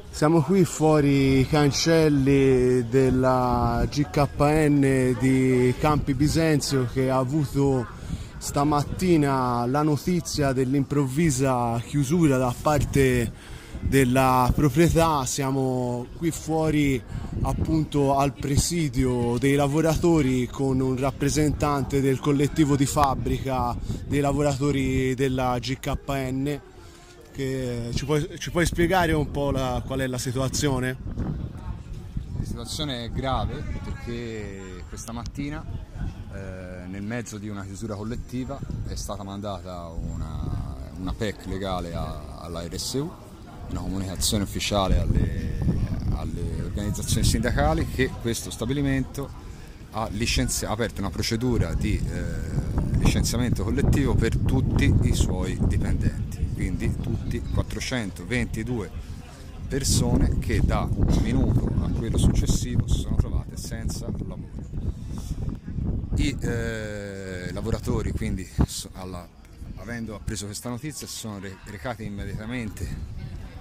Siamo qui fuori i cancelli della GKN di Campi Bisenzio, che ha avuto stamattina la notizia dell'improvvisa chiusura da parte della proprietà. Siamo qui fuori appunto al presidio dei lavoratori con un rappresentante del collettivo di fabbrica dei lavoratori della GKN. Che ci puoi spiegare un po' qual è la situazione? La situazione è grave perché questa mattina nel mezzo di una chiusura collettiva è stata mandata una PEC legale alla RSU, una comunicazione ufficiale alle organizzazioni sindacali, che questo stabilimento ha aperto una procedura di licenziamento collettivo per tutti i suoi dipendenti, quindi tutti 422 persone che da un minuto a quello successivo si sono trovate senza lavoro. I lavoratori quindi, avendo appreso questa notizia, si sono recati immediatamente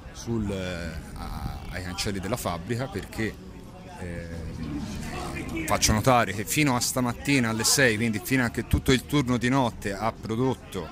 ai cancelli della fabbrica, perché faccio notare che fino a stamattina alle 6, quindi fino a che tutto il turno di notte ha prodotto,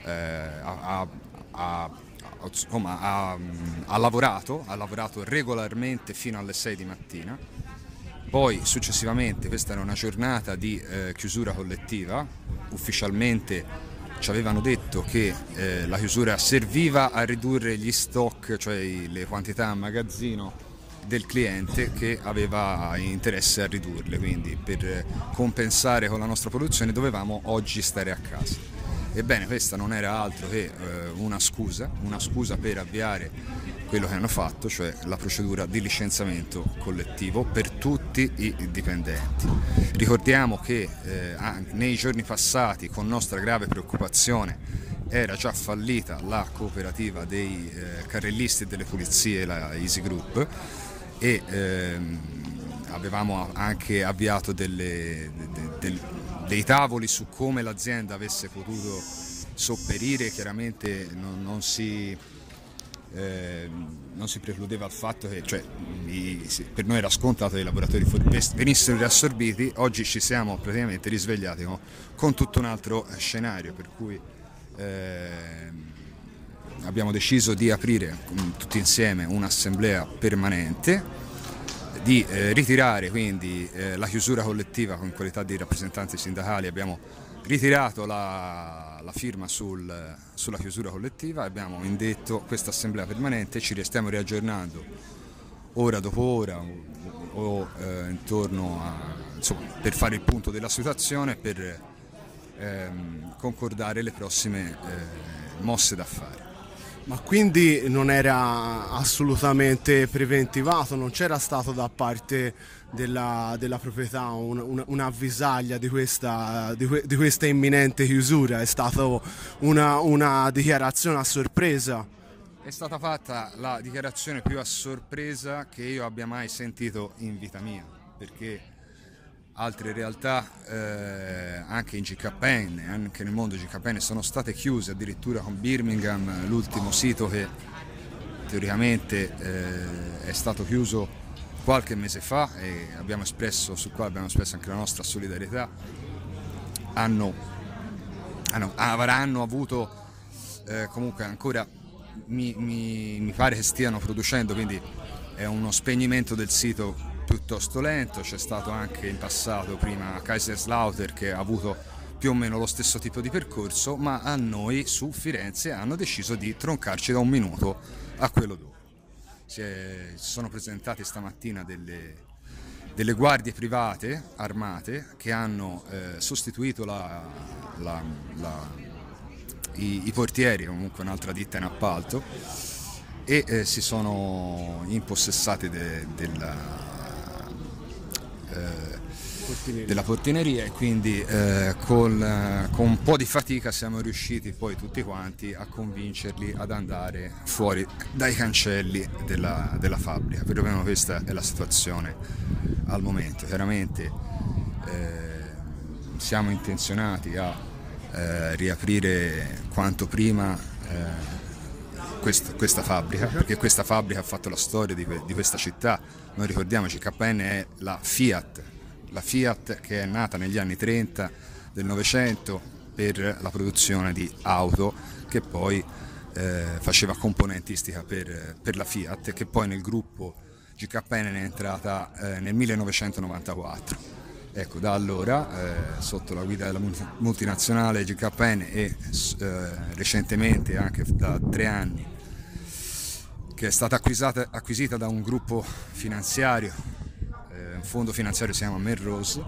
ha lavorato regolarmente fino alle 6 di mattina. Poi successivamente, questa era una giornata di chiusura collettiva, ufficialmente ci avevano detto che la chiusura serviva a ridurre gli stock, cioè le quantità a magazzino del cliente, che aveva interesse a ridurle, quindi per compensare con la nostra produzione dovevamo oggi stare a casa. Ebbene, questa non era altro che una scusa per avviare quello che hanno fatto, cioè la procedura di licenziamento collettivo per tutti i dipendenti. Ricordiamo che nei giorni passati, con nostra grave preoccupazione, era già fallita la cooperativa dei carrellisti e delle pulizie, la Easy Group, e avevamo anche avviato dei tavoli su come l'azienda avesse potuto sopperire. Chiaramente non si precludeva il fatto che, per noi era scontato che i lavoratori venissero riassorbiti. Oggi ci siamo praticamente risvegliati con tutto un altro scenario, per cui abbiamo deciso di aprire tutti insieme un'assemblea permanente, di ritirare quindi la chiusura collettiva. Con qualità di rappresentanti sindacali abbiamo ritirato la firma sulla chiusura collettiva, abbiamo indetto questa assemblea permanente, ci stiamo riaggiornando ora dopo ora o intorno per fare il punto della situazione, per concordare le prossime mosse da fare. Ma quindi non era assolutamente preventivato, non c'era stato da parte della proprietà un'avvisaglia di questa imminente chiusura? È stata una dichiarazione a sorpresa? È stata fatta la dichiarazione più a sorpresa che io abbia mai sentito in vita mia, perché altre realtà anche in GKN, anche nel mondo GKN, sono state chiuse, addirittura con Birmingham, l'ultimo sito che teoricamente è stato chiuso qualche mese fa, e sul quale abbiamo espresso anche la nostra solidarietà. Avranno avuto comunque ancora, mi pare che stiano producendo, quindi è uno spegnimento del sito piuttosto lento. C'è stato anche in passato, prima Kaiserslautern, che ha avuto più o meno lo stesso tipo di percorso, ma a noi su Firenze hanno deciso di troncarci da un minuto a quello dopo. Si sono presentati stamattina delle guardie private armate che hanno sostituito i portieri, comunque un'altra ditta in appalto, e si sono impossessati della portineria, e quindi con un po' di fatica siamo riusciti poi tutti quanti a convincerli ad andare fuori dai cancelli della fabbrica. Perlomeno questa è la situazione al momento. Chiaramente siamo intenzionati a riaprire quanto prima questa fabbrica, perché questa fabbrica ha fatto la storia di questa città. Noi ricordiamoci, KN è la Fiat che è nata negli anni 30 del Novecento per la produzione di auto, che poi faceva componentistica per la Fiat, e che poi nel gruppo GKN è entrata nel 1994. Ecco, da allora, sotto la guida della multinazionale GKN e recentemente, anche da 3 anni, che è stata acquisita da un gruppo finanziario, un fondo finanziario si chiama Melrose.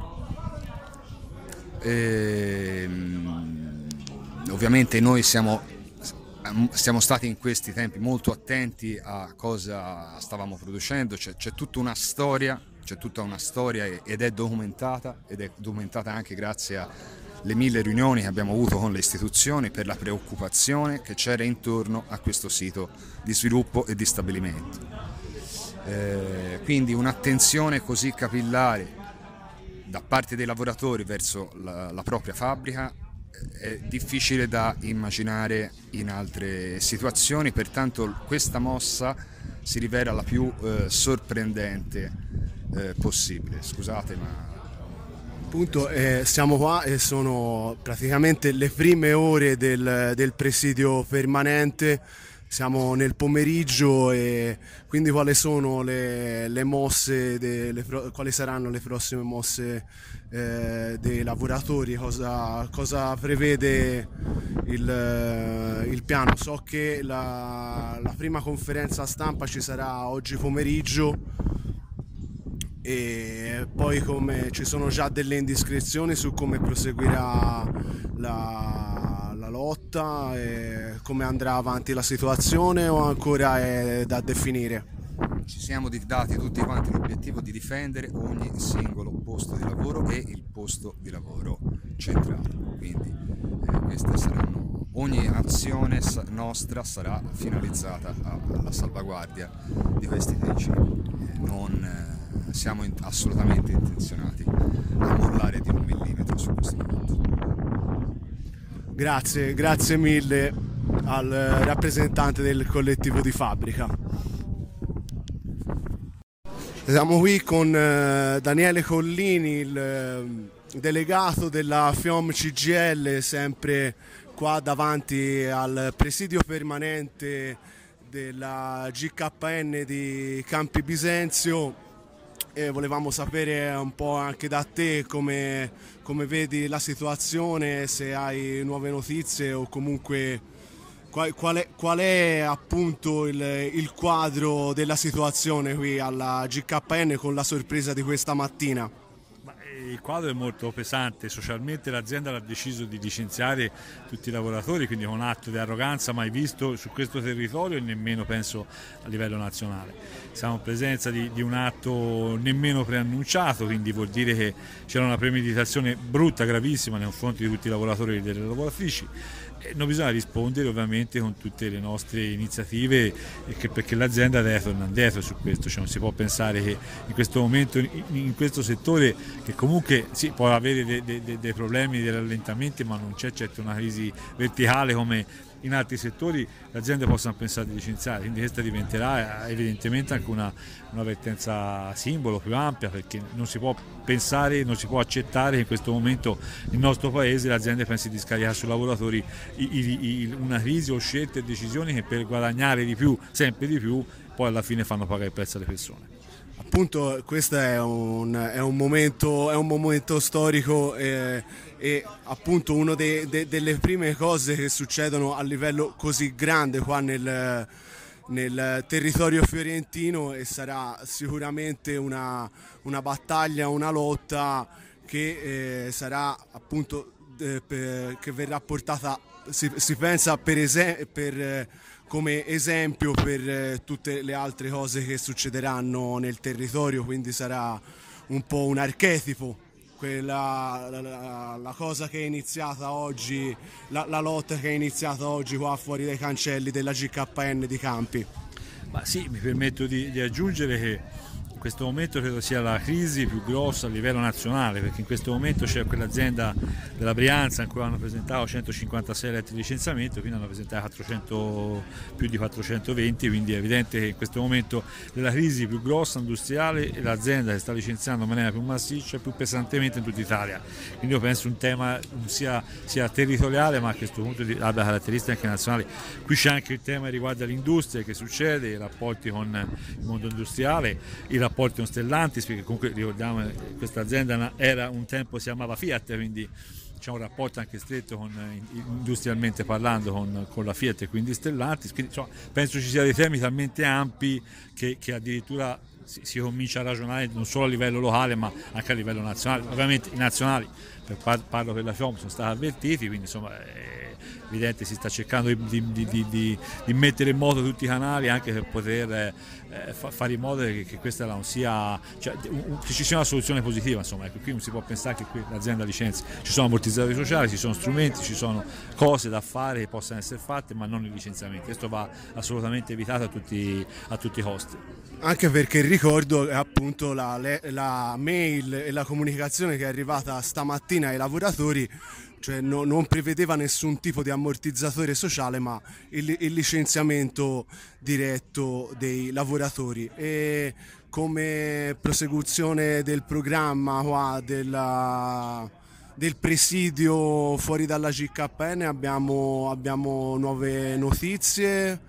Ovviamente noi siamo stati in questi tempi molto attenti a cosa stavamo producendo, c'è tutta una storia ed è documentata anche grazie alle 1000 riunioni che abbiamo avuto con le istituzioni, per la preoccupazione che c'era intorno a questo sito di sviluppo e di stabilimento. Quindi un'attenzione così capillare da parte dei lavoratori verso la propria fabbrica è difficile da immaginare in altre situazioni, pertanto questa mossa si rivela la più sorprendente possibile. Scusate, ma appunto siamo qua e sono praticamente le prime ore del presidio permanente. Siamo nel pomeriggio, e quindi quali sono le mosse, quali saranno le prossime mosse dei lavoratori? Cosa prevede il piano? So che la prima conferenza stampa ci sarà oggi pomeriggio, e poi come ci sono già delle indiscrezioni su come proseguirà la lotta e come andrà avanti la situazione, o ancora è da definire? Ci siamo dati tutti quanti l'obiettivo di difendere ogni singolo posto di lavoro e il posto di lavoro centrale, quindi ogni azione nostra sarà finalizzata alla salvaguardia di questi principi. Non siamo assolutamente intenzionati a mollare di 1 millimetro su questo punto. Grazie mille al rappresentante del collettivo di fabbrica. Siamo qui con Daniele Collini, il delegato della FIOM CGIL, sempre qua davanti al presidio permanente della GKN di Campi Bisenzio, e volevamo sapere un po' anche da te come vedi la situazione, se hai nuove notizie o comunque qual è appunto il quadro della situazione qui alla GKN con la sorpresa di questa mattina. Il quadro è molto pesante, socialmente l'azienda ha deciso di licenziare tutti i lavoratori, quindi con un atto di arroganza mai visto su questo territorio e nemmeno penso a livello nazionale. Siamo in presenza di un atto nemmeno preannunciato, quindi vuol dire che c'era una premeditazione brutta, gravissima nei confronti di tutti i lavoratori e delle lavoratrici. Non bisogna rispondere ovviamente con tutte le nostre iniziative, perché l'azienda deve tornare indietro su questo, cioè non si può pensare che in questo momento in questo settore, che comunque sì, può avere dei problemi, dei rallentamenti, ma non c'è certo una crisi verticale come in altri settori, le aziende possano pensare di licenziare, quindi questa diventerà evidentemente anche un'avvertenza simbolo più ampia, perché non si può pensare, non si può accettare che in questo momento nel nostro paese le aziende pensi di scaricare sui lavoratori una crisi o scelte e decisioni che per guadagnare di più, sempre di più, poi alla fine fanno pagare il prezzo alle persone. Appunto questo è un momento storico e appunto una delle prime cose che succedono a livello così grande qua nel territorio fiorentino, e sarà sicuramente una battaglia, una lotta che sarà appunto che verrà portata, si pensa come esempio per tutte le altre cose che succederanno nel territorio, quindi sarà un po' un archetipo, la cosa che è iniziata oggi, la lotta che è iniziata oggi qua fuori dai cancelli della GKN di Campi. Ma sì, mi permetto di aggiungere che questo momento credo sia la crisi più grossa a livello nazionale, perché in questo momento c'è quell'azienda della Brianza in cui hanno presentato 156 letti di licenziamento, quindi hanno presentato più di 420, quindi è evidente che in questo momento della crisi più grossa industriale e l'azienda che sta licenziando in maniera più massiccia e più pesantemente in tutta Italia. Quindi io penso un tema sia territoriale, ma a questo punto abbia caratteristiche anche nazionali. Qui c'è anche il tema che riguarda l'industria, che succede, i rapporti con il mondo industriale, i rapporti con Stellantis, perché comunque ricordiamo che questa azienda era un tempo si chiamava Fiat, quindi c'è un rapporto anche stretto industrialmente parlando con la Fiat e quindi Stellantis, quindi insomma, penso ci siano dei temi talmente ampi che addirittura si comincia a ragionare non solo a livello locale ma anche a livello nazionale. Ovviamente i nazionali, parlo per la FIOM, sono stati avvertiti, quindi insomma è evidente si sta cercando di mettere in moto tutti i canali anche per poter fare in modo che questa non sia, cioè, che ci sia una soluzione positiva, insomma. Ecco, qui non si può pensare che qui l'azienda licenzia, ci sono ammortizzatori sociali, ci sono strumenti, ci sono cose da fare che possano essere fatte, ma non i licenziamenti. Questo va assolutamente evitato a tutti i costi. Anche perché ricordo che appunto la mail e la comunicazione che è arrivata stamattina ai lavoratori, cioè non prevedeva nessun tipo di ammortizzatore sociale, ma il licenziamento diretto dei lavoratori. E come prosecuzione del programma qua del presidio fuori dalla GKN abbiamo nuove notizie.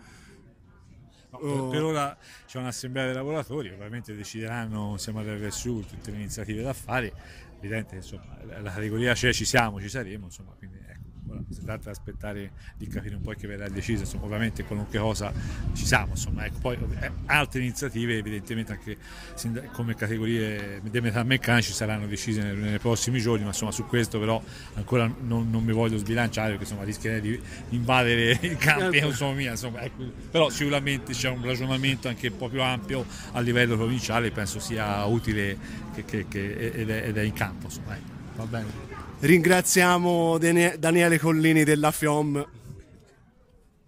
Per ora c'è un'assemblea dei lavoratori, ovviamente decideranno insieme all'RSU tutte le iniziative da fare. Evidente, insomma, la categoria c'è, ci saremo, insomma, quindi ecco, ora si tratta di aspettare di capire un po' che verrà deciso, insomma, ovviamente qualunque cosa ci siamo, insomma, ecco. Poi altre iniziative evidentemente anche come categorie dei metalmeccanici saranno decise nei prossimi giorni, ma insomma su questo però ancora non mi voglio sbilanciare, perché insomma rischierei di invadere i campi autonomia, insomma, ecco. Però sicuramente c'è un ragionamento anche un po' più ampio a livello provinciale, penso sia utile ed è in campo, insomma, ecco. Va bene. Ringraziamo Daniele Collini della FIOM.